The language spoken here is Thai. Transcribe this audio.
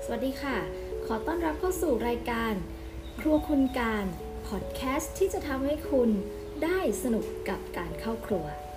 วัสดีค่ะขอต้อนรับเข้าสู่รายการครัวคุณการพอดแคสต์ที่จะทำให้คุณได้สนุกกับการเข้าครัว